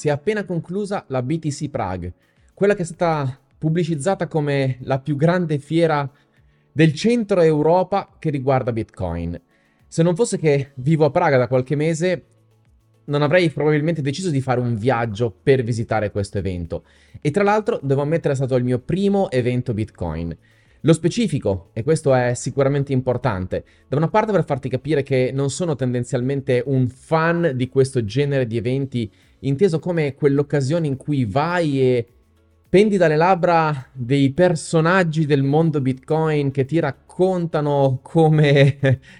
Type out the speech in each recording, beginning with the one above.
si è appena conclusa la BTC Prague, quella che è stata pubblicizzata come la più grande fiera del centro Europa che riguarda Bitcoin. Se non fosse che vivo a Praga da qualche mese, non avrei probabilmente deciso di fare un viaggio per visitare questo evento. E tra l'altro, devo ammettere, è stato il mio primo evento Bitcoin. Lo specifico, e questo è sicuramente importante, da una parte per farti capire che non sono tendenzialmente un fan di questo genere di eventi, inteso come quell'occasione in cui vai e pendi dalle labbra dei personaggi del mondo Bitcoin che ti raccontano come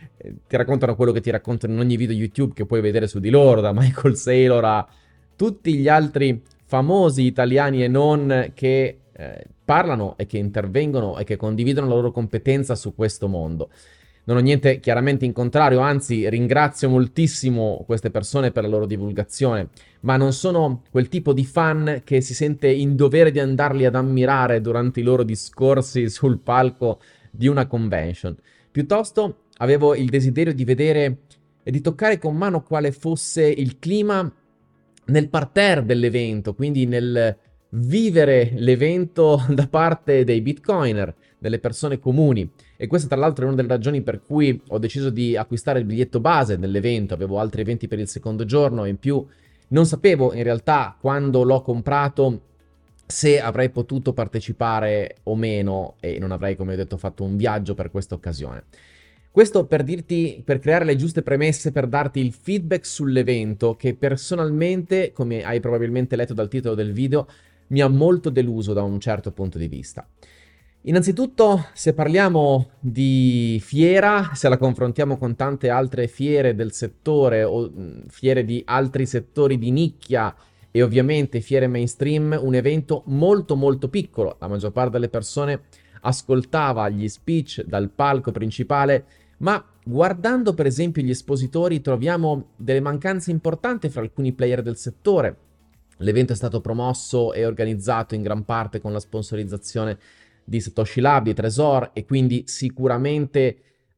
ti raccontano quello che ti raccontano in ogni video YouTube che puoi vedere su di loro, da Michael Saylor a tutti gli altri famosi italiani e non che parlano e che intervengono e che condividono la loro competenza su questo mondo. Non ho niente chiaramente in contrario, anzi ringrazio moltissimo queste persone per la loro divulgazione, ma non sono quel tipo di fan che si sente in dovere di andarli ad ammirare durante i loro discorsi sul palco di una convention. Piuttosto avevo il desiderio di vedere e di toccare con mano quale fosse il clima nel parterre dell'evento, quindi nel vivere l'evento da parte dei bitcoiner, delle persone comuni. E questa tra l'altro è una delle ragioni per cui ho deciso di acquistare il biglietto base dell'evento. Avevo altri eventi per il secondo giorno e in più non sapevo in realtà quando l'ho comprato se avrei potuto partecipare o meno e non avrei, come ho detto, fatto un viaggio per questa occasione. Questo per dirti, per creare le giuste premesse, per darti il feedback sull'evento che personalmente, come hai probabilmente letto dal titolo del video, mi ha molto deluso da un certo punto di vista. Innanzitutto, se parliamo di fiera, se la confrontiamo con tante altre fiere del settore o fiere di altri settori di nicchia e ovviamente fiere mainstream, un evento molto molto piccolo. La maggior parte delle persone ascoltava gli speech dal palco principale, ma guardando per esempio gli espositori troviamo delle mancanze importanti fra alcuni player del settore. L'evento è stato promosso e organizzato in gran parte con la sponsorizzazione di Satoshi Lab, di Trezor, e quindi sicuramente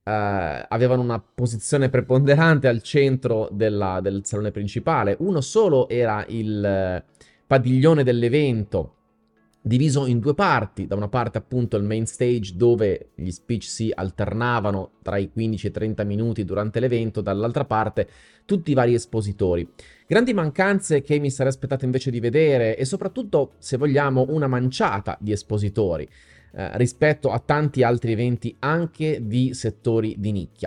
avevano una posizione preponderante al centro del salone principale. Uno solo era il padiglione dell'evento, diviso in due parti. Da una parte appunto il main stage dove gli speech si alternavano tra i 15 e i 30 minuti durante l'evento, dall'altra parte tutti i vari espositori. Grandi mancanze che mi sarei aspettato invece di vedere e soprattutto, se vogliamo, una manciata di espositori rispetto a tanti altri eventi anche di settori di nicchia.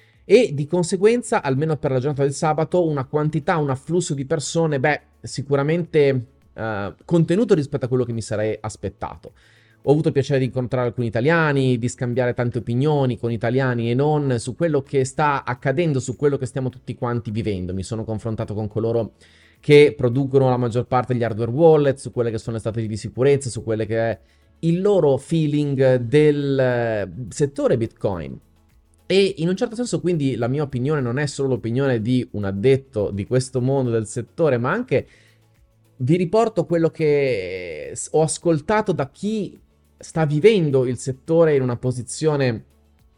E di conseguenza, almeno per la giornata del sabato, una quantità, un afflusso di persone, sicuramente contenuto rispetto a quello che mi sarei aspettato. Ho avuto il piacere di incontrare alcuni italiani, di scambiare tante opinioni con italiani e non su quello che sta accadendo, su quello che stiamo tutti quanti vivendo. Mi sono confrontato con coloro che producono la maggior parte degli hardware wallet, su quelle che sono le strategie di sicurezza, su quelle che è il loro feeling del settore Bitcoin. E in un certo senso quindi la mia opinione non è solo l'opinione di un addetto di questo mondo del settore, ma anche vi riporto quello che ho ascoltato da chi sta vivendo il settore in una posizione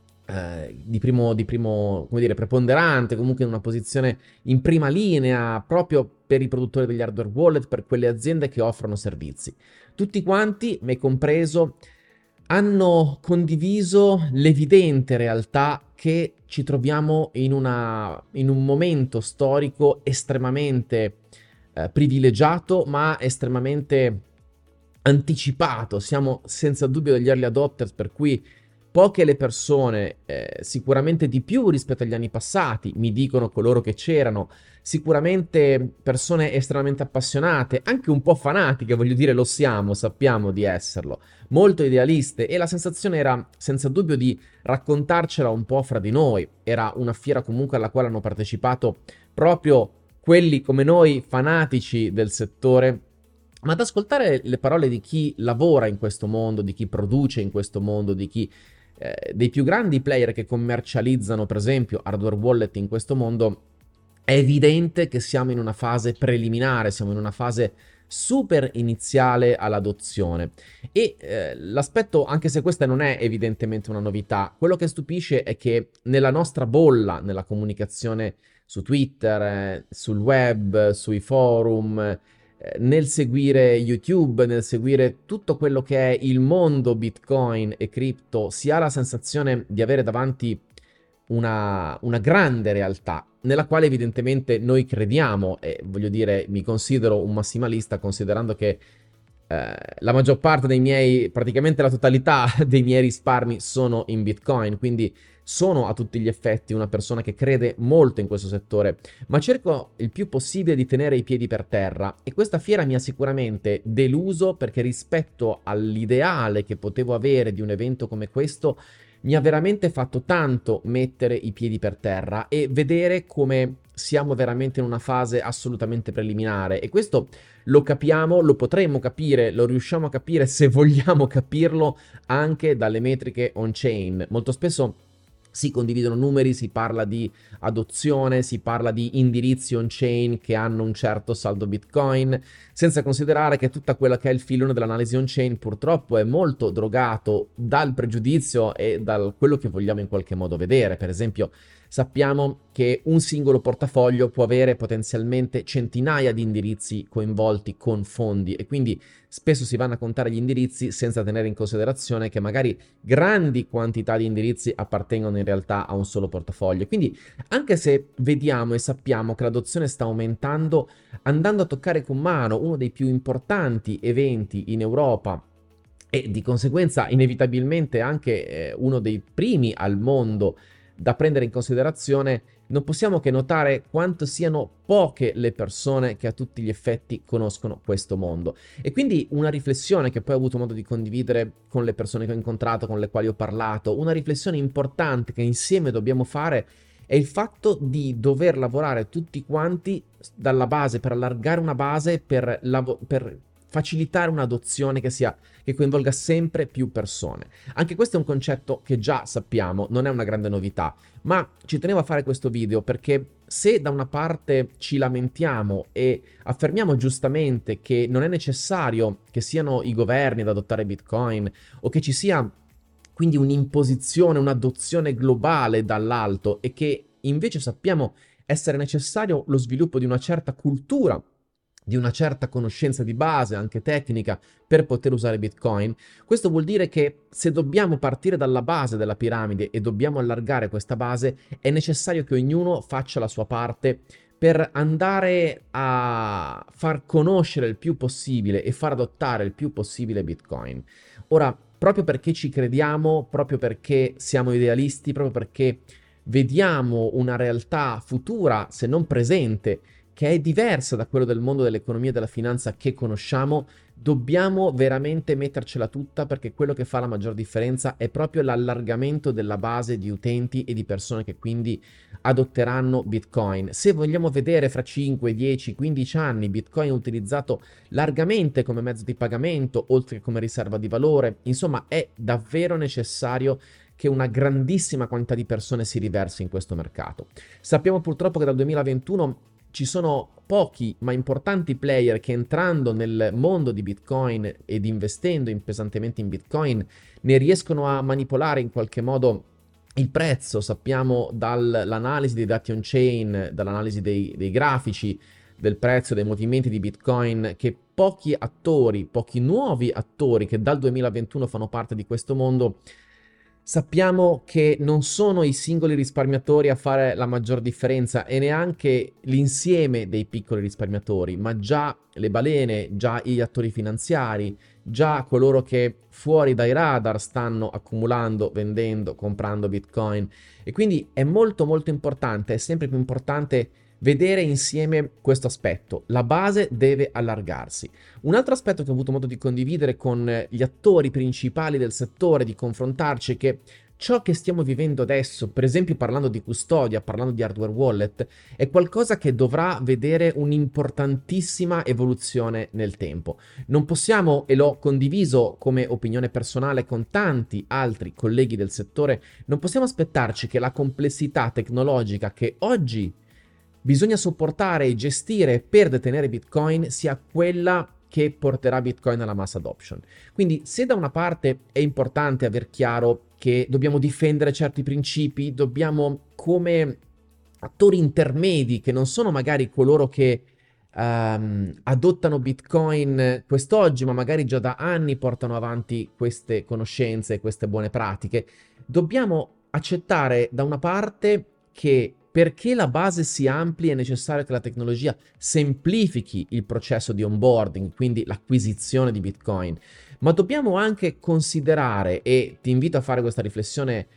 come dire, preponderante, comunque in una posizione in prima linea, proprio per i produttori degli hardware wallet, per quelle aziende che offrono servizi. Tutti quanti, me compreso, hanno condiviso l'evidente realtà che ci troviamo in un momento storico estremamente privilegiato, ma estremamente anticipato. Siamo senza dubbio degli early adopters, per cui poche le persone, sicuramente di più rispetto agli anni passati, mi dicono coloro che c'erano, sicuramente persone estremamente appassionate, anche un po' fanatiche, voglio dire, lo siamo, sappiamo di esserlo, molto idealiste, e la sensazione era senza dubbio di raccontarcela un po' fra di noi. Era una fiera comunque alla quale hanno partecipato proprio quelli come noi fanatici del settore, ma ad ascoltare le parole di chi lavora in questo mondo, di chi produce in questo mondo, di chi dei più grandi player che commercializzano per esempio hardware wallet in questo mondo, è evidente che siamo in una fase preliminare, siamo in una fase super iniziale all'adozione. E l'aspetto, anche se questa non è evidentemente una novità, quello che stupisce è che nella nostra bolla, nella comunicazione su Twitter, sul web, sui forum, nel seguire YouTube, nel seguire tutto quello che è il mondo Bitcoin e cripto, si ha la sensazione di avere davanti una grande realtà nella quale evidentemente noi crediamo e voglio dire, mi considero un massimalista considerando che la maggior parte dei miei, praticamente la totalità dei miei risparmi sono in Bitcoin, quindi sono a tutti gli effetti una persona che crede molto in questo settore, ma cerco il più possibile di tenere i piedi per terra e questa fiera mi ha sicuramente deluso perché rispetto all'ideale che potevo avere di un evento come questo, mi ha veramente fatto tanto mettere i piedi per terra e vedere come siamo veramente in una fase assolutamente preliminare e questo lo capiamo, lo potremmo capire, lo riusciamo a capire se vogliamo capirlo anche dalle metriche on-chain. Molto spesso si condividono numeri, si parla di adozione, si parla di indirizzi on-chain che hanno un certo saldo Bitcoin, senza considerare che tutta quella che è il filone dell'analisi on-chain purtroppo è molto drogato dal pregiudizio e da quello che vogliamo in qualche modo vedere. Per esempio, sappiamo che un singolo portafoglio può avere potenzialmente centinaia di indirizzi coinvolti con fondi e quindi spesso si vanno a contare gli indirizzi senza tenere in considerazione che magari grandi quantità di indirizzi appartengono in realtà a un solo portafoglio. Quindi anche se vediamo e sappiamo che l'adozione sta aumentando, andando a toccare con mano uno dei più importanti eventi in Europa e di conseguenza inevitabilmente anche uno dei primi al mondo da prendere in considerazione, non possiamo che notare quanto siano poche le persone che a tutti gli effetti conoscono questo mondo. E quindi una riflessione che poi ho avuto modo di condividere con le persone che ho incontrato, con le quali ho parlato, una riflessione importante che insieme dobbiamo fare è il fatto di dover lavorare tutti quanti dalla base, per allargare una base, per facilitare un'adozione che coinvolga sempre più persone. Anche questo è un concetto che già sappiamo, non è una grande novità, ma ci tenevo a fare questo video perché se da una parte ci lamentiamo e affermiamo giustamente che non è necessario che siano i governi ad adottare Bitcoin o che ci sia quindi un'imposizione, un'adozione globale dall'alto e che invece sappiamo essere necessario lo sviluppo di una certa cultura, di una certa conoscenza di base, anche tecnica, per poter usare Bitcoin, questo vuol dire che se dobbiamo partire dalla base della piramide e dobbiamo allargare questa base, è necessario che ognuno faccia la sua parte per andare a far conoscere il più possibile e far adottare il più possibile Bitcoin. Ora, proprio perché ci crediamo, proprio perché siamo idealisti, proprio perché vediamo una realtà futura, se non presente, che è diversa da quello del mondo dell'economia e della finanza che conosciamo, dobbiamo veramente mettercela tutta perché quello che fa la maggior differenza è proprio l'allargamento della base di utenti e di persone che quindi adotteranno Bitcoin. Se vogliamo vedere fra 5, 10, 15 anni Bitcoin utilizzato largamente come mezzo di pagamento, oltre che come riserva di valore, insomma è davvero necessario che una grandissima quantità di persone si riversi in questo mercato. Sappiamo purtroppo che dal 2021 ci sono pochi ma importanti player che entrando nel mondo di Bitcoin ed investendo pesantemente in Bitcoin ne riescono a manipolare in qualche modo il prezzo. Sappiamo dall'analisi dei dati on-chain, dall'analisi dei grafici del prezzo, dei movimenti di Bitcoin, che pochi attori, pochi nuovi attori che dal 2021 fanno parte di questo mondo, sappiamo che non sono i singoli risparmiatori a fare la maggior differenza e neanche l'insieme dei piccoli risparmiatori, ma già le balene, già gli attori finanziari, già coloro che fuori dai radar stanno accumulando, vendendo, comprando Bitcoin. E quindi è molto molto importante, è sempre più importante vedere insieme questo aspetto. La base deve allargarsi. Un altro aspetto che ho avuto modo di condividere con gli attori principali del settore, di confrontarci, è che ciò che stiamo vivendo adesso, per esempio parlando di custodia, parlando di hardware wallet, è qualcosa che dovrà vedere un'importantissima evoluzione nel tempo. Non possiamo, e l'ho condiviso come opinione personale con tanti altri colleghi del settore, non possiamo aspettarci che la complessità tecnologica che oggi bisogna sopportare e gestire per detenere Bitcoin sia quella che porterà Bitcoin alla mass adoption. Quindi se da una parte è importante aver chiaro che dobbiamo difendere certi principi, dobbiamo come attori intermedi che non sono magari coloro che adottano Bitcoin quest'oggi, ma magari già da anni portano avanti queste conoscenze, queste buone pratiche. Dobbiamo accettare da una parte che perché la base si ampli è necessario che la tecnologia semplifichi il processo di onboarding, quindi l'acquisizione di Bitcoin, ma dobbiamo anche considerare, e ti invito a fare questa riflessione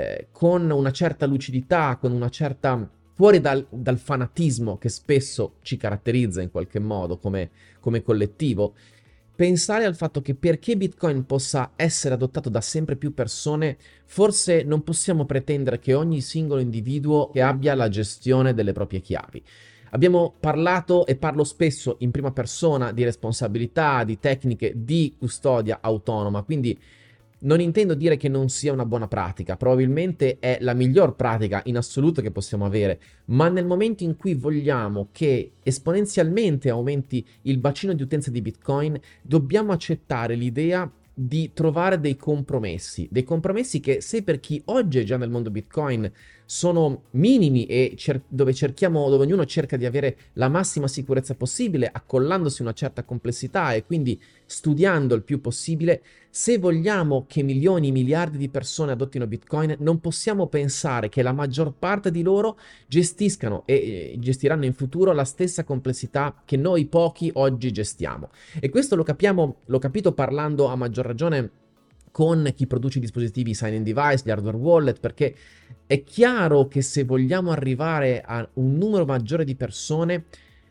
con una certa lucidità, con una certa fuori dal fanatismo che spesso ci caratterizza in qualche modo come collettivo, pensare al fatto che perché Bitcoin possa essere adottato da sempre più persone, forse non possiamo pretendere che ogni singolo individuo che abbia la gestione delle proprie chiavi. Abbiamo parlato e parlo spesso in prima persona di responsabilità, di tecniche di custodia autonoma, quindi non intendo dire che non sia una buona pratica, probabilmente è la miglior pratica in assoluto che possiamo avere, ma nel momento in cui vogliamo che esponenzialmente aumenti il bacino di utenza di Bitcoin, dobbiamo accettare l'idea di trovare dei compromessi che se per chi oggi è già nel mondo Bitcoin sono minimi e dove ognuno cerca di avere la massima sicurezza possibile, accollandosi una certa complessità e quindi studiando il più possibile, se vogliamo che milioni, miliardi di persone adottino Bitcoin, non possiamo pensare che la maggior parte di loro gestiscano e gestiranno in futuro la stessa complessità che noi pochi oggi gestiamo. E questo l'ho capito parlando a maggior ragione con chi produce i dispositivi sign-in device, gli hardware wallet, perché è chiaro che se vogliamo arrivare a un numero maggiore di persone,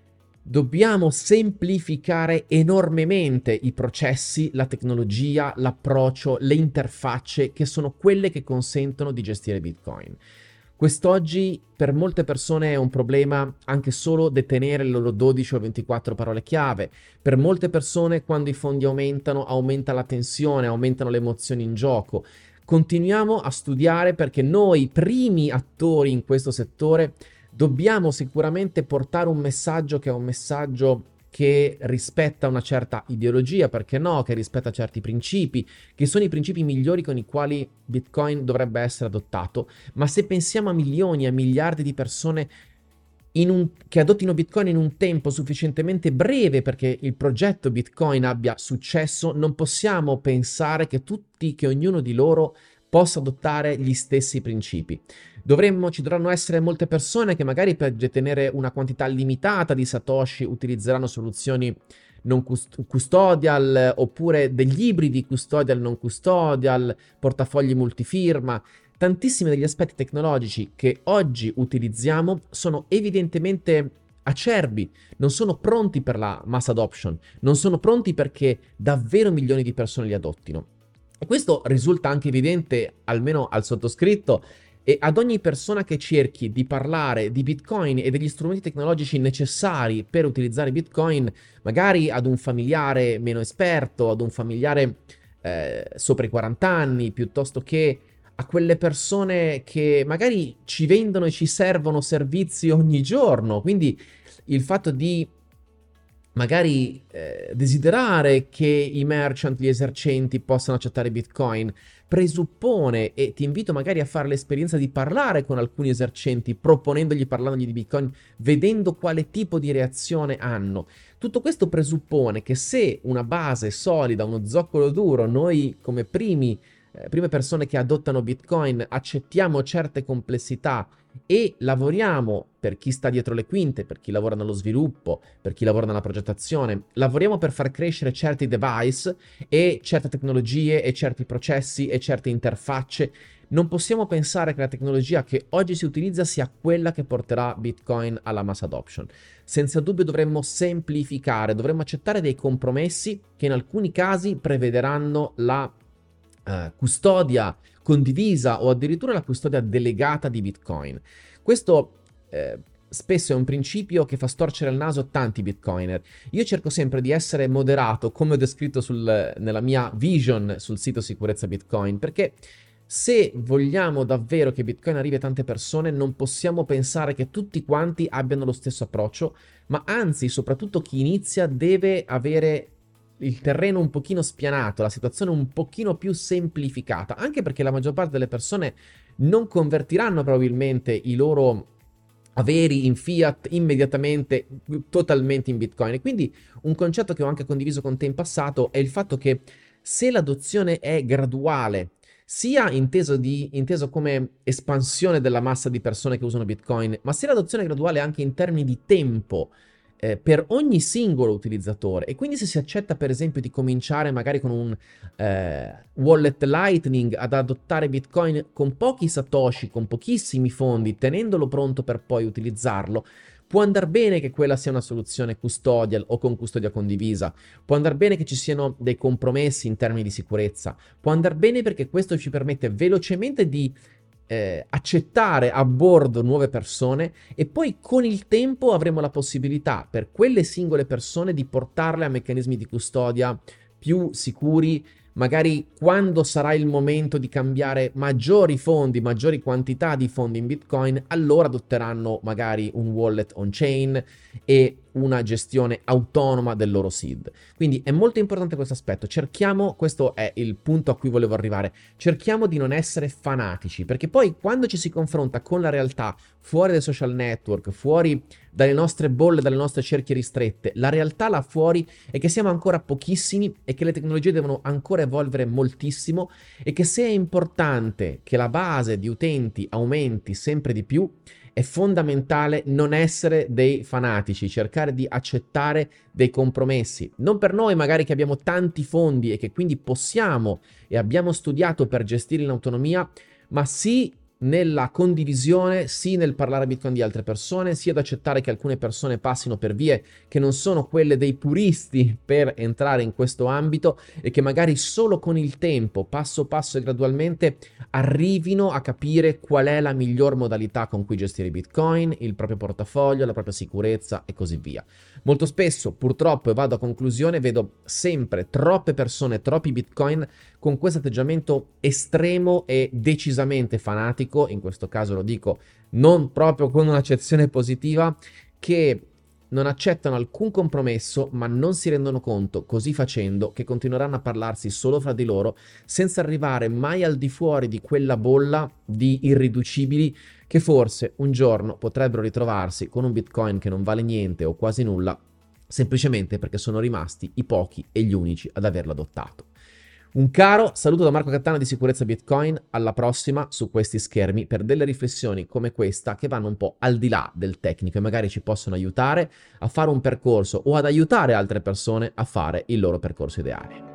dobbiamo semplificare enormemente i processi, la tecnologia, l'approccio, le interfacce che sono quelle che consentono di gestire Bitcoin. Quest'oggi per molte persone è un problema anche solo detenere le loro 12 o 24 parole chiave. Per molte persone quando i fondi aumentano, aumenta la tensione, aumentano le emozioni in gioco. Continuiamo a studiare perché noi, primi attori in questo settore, dobbiamo sicuramente portare un messaggio che è un messaggio che rispetta una certa ideologia, perché no, che rispetta certi principi, che sono i principi migliori con i quali Bitcoin dovrebbe essere adottato. Ma se pensiamo a milioni, a miliardi di persone che adottino Bitcoin in un tempo sufficientemente breve perché il progetto Bitcoin abbia successo, non possiamo pensare che ognuno di loro possa adottare gli stessi principi. Ci dovranno essere molte persone che magari per detenere una quantità limitata di Satoshi utilizzeranno soluzioni non custodial oppure degli ibridi custodial non custodial, portafogli multifirma. Tantissimi degli aspetti tecnologici che oggi utilizziamo sono evidentemente acerbi, non sono pronti per la mass adoption, non sono pronti perché davvero milioni di persone li adottino. E questo risulta anche evidente, almeno al sottoscritto, e ad ogni persona che cerchi di parlare di Bitcoin e degli strumenti tecnologici necessari per utilizzare Bitcoin, magari ad un familiare meno esperto, ad un familiare sopra i 40 anni, piuttosto che a quelle persone che magari ci vendono e ci servono servizi ogni giorno. Quindi il fatto di magari desiderare che i merchant, gli esercenti possano accettare Bitcoin presuppone, e ti invito magari a fare l'esperienza di parlare con alcuni esercenti, parlandogli di Bitcoin, vedendo quale tipo di reazione hanno. Tutto questo presuppone che se una base solida, uno zoccolo duro, noi come prime persone che adottano Bitcoin accettiamo certe complessità e lavoriamo per chi sta dietro le quinte, per chi lavora nello sviluppo, per chi lavora nella progettazione, lavoriamo per far crescere certi device e certe tecnologie e certi processi e certe interfacce. Non possiamo pensare che la tecnologia che oggi si utilizza sia quella che porterà Bitcoin alla mass adoption. Senza dubbio dovremmo semplificare, dovremmo accettare dei compromessi che in alcuni casi prevederanno la custodia condivisa o addirittura la custodia delegata di Bitcoin. Questo spesso è un principio che fa storcere il naso a tanti Bitcoiner. Io cerco sempre di essere moderato, come ho descritto nella mia vision sul sito Sicurezza Bitcoin, perché se vogliamo davvero che Bitcoin arrivi a tante persone, non possiamo pensare che tutti quanti abbiano lo stesso approccio, ma anzi, soprattutto chi inizia deve avere il terreno un pochino spianato, la situazione un pochino più semplificata, anche perché la maggior parte delle persone non convertiranno probabilmente i loro averi in fiat immediatamente, totalmente in Bitcoin. E quindi un concetto che ho anche condiviso con te in passato è il fatto che se l'adozione è graduale, sia inteso come espansione della massa di persone che usano Bitcoin, ma se l'adozione è graduale anche in termini di tempo, per ogni singolo utilizzatore, e quindi se si accetta per esempio di cominciare magari con un wallet Lightning ad adottare Bitcoin con pochi satoshi, con pochissimi fondi, tenendolo pronto per poi utilizzarlo, può andar bene che quella sia una soluzione custodial o con custodia condivisa, può andar bene che ci siano dei compromessi in termini di sicurezza, può andar bene perché questo ci permette velocemente di accettare a bordo nuove persone e poi con il tempo avremo la possibilità per quelle singole persone di portarle a meccanismi di custodia più sicuri, magari quando sarà il momento di cambiare maggiori fondi, maggiori quantità di fondi in Bitcoin, allora adotteranno magari un wallet on-chain e una gestione autonoma del loro seed. Quindi è molto importante questo aspetto. Cerchiamo, questo è il punto a cui volevo arrivare, cerchiamo di non essere fanatici, perché poi quando ci si confronta con la realtà fuori dai social network, fuori dalle nostre bolle, dalle nostre cerchie ristrette, la realtà là fuori è che siamo ancora pochissimi e che le tecnologie devono ancora evolvere moltissimo e che se è importante che la base di utenti aumenti sempre di più, è fondamentale non essere dei fanatici, cercare di accettare dei compromessi. Non per noi magari che abbiamo tanti fondi e che quindi possiamo e abbiamo studiato per gestire in autonomia, ma sì nella condivisione, sì nel parlare a Bitcoin di altre persone, sì ad accettare che alcune persone passino per vie che non sono quelle dei puristi per entrare in questo ambito e che magari solo con il tempo, passo passo e gradualmente, arrivino a capire qual è la miglior modalità con cui gestire Bitcoin, il proprio portafoglio, la propria sicurezza e così via. Molto spesso, purtroppo, e vado a conclusione, vedo sempre troppe persone, troppi Bitcoin con questo atteggiamento estremo e decisamente fanatico, in questo caso lo dico non proprio con un'accezione positiva, che non accettano alcun compromesso, ma non si rendono conto, così facendo, che continueranno a parlarsi solo fra di loro, senza arrivare mai al di fuori di quella bolla di irriducibili che forse un giorno potrebbero ritrovarsi con un Bitcoin che non vale niente o quasi nulla, semplicemente perché sono rimasti i pochi e gli unici ad averlo adottato. Un caro saluto da Marco Cattana di Sicurezza Bitcoin, alla prossima su questi schermi per delle riflessioni come questa che vanno un po' al di là del tecnico e magari ci possono aiutare a fare un percorso o ad aiutare altre persone a fare il loro percorso ideale.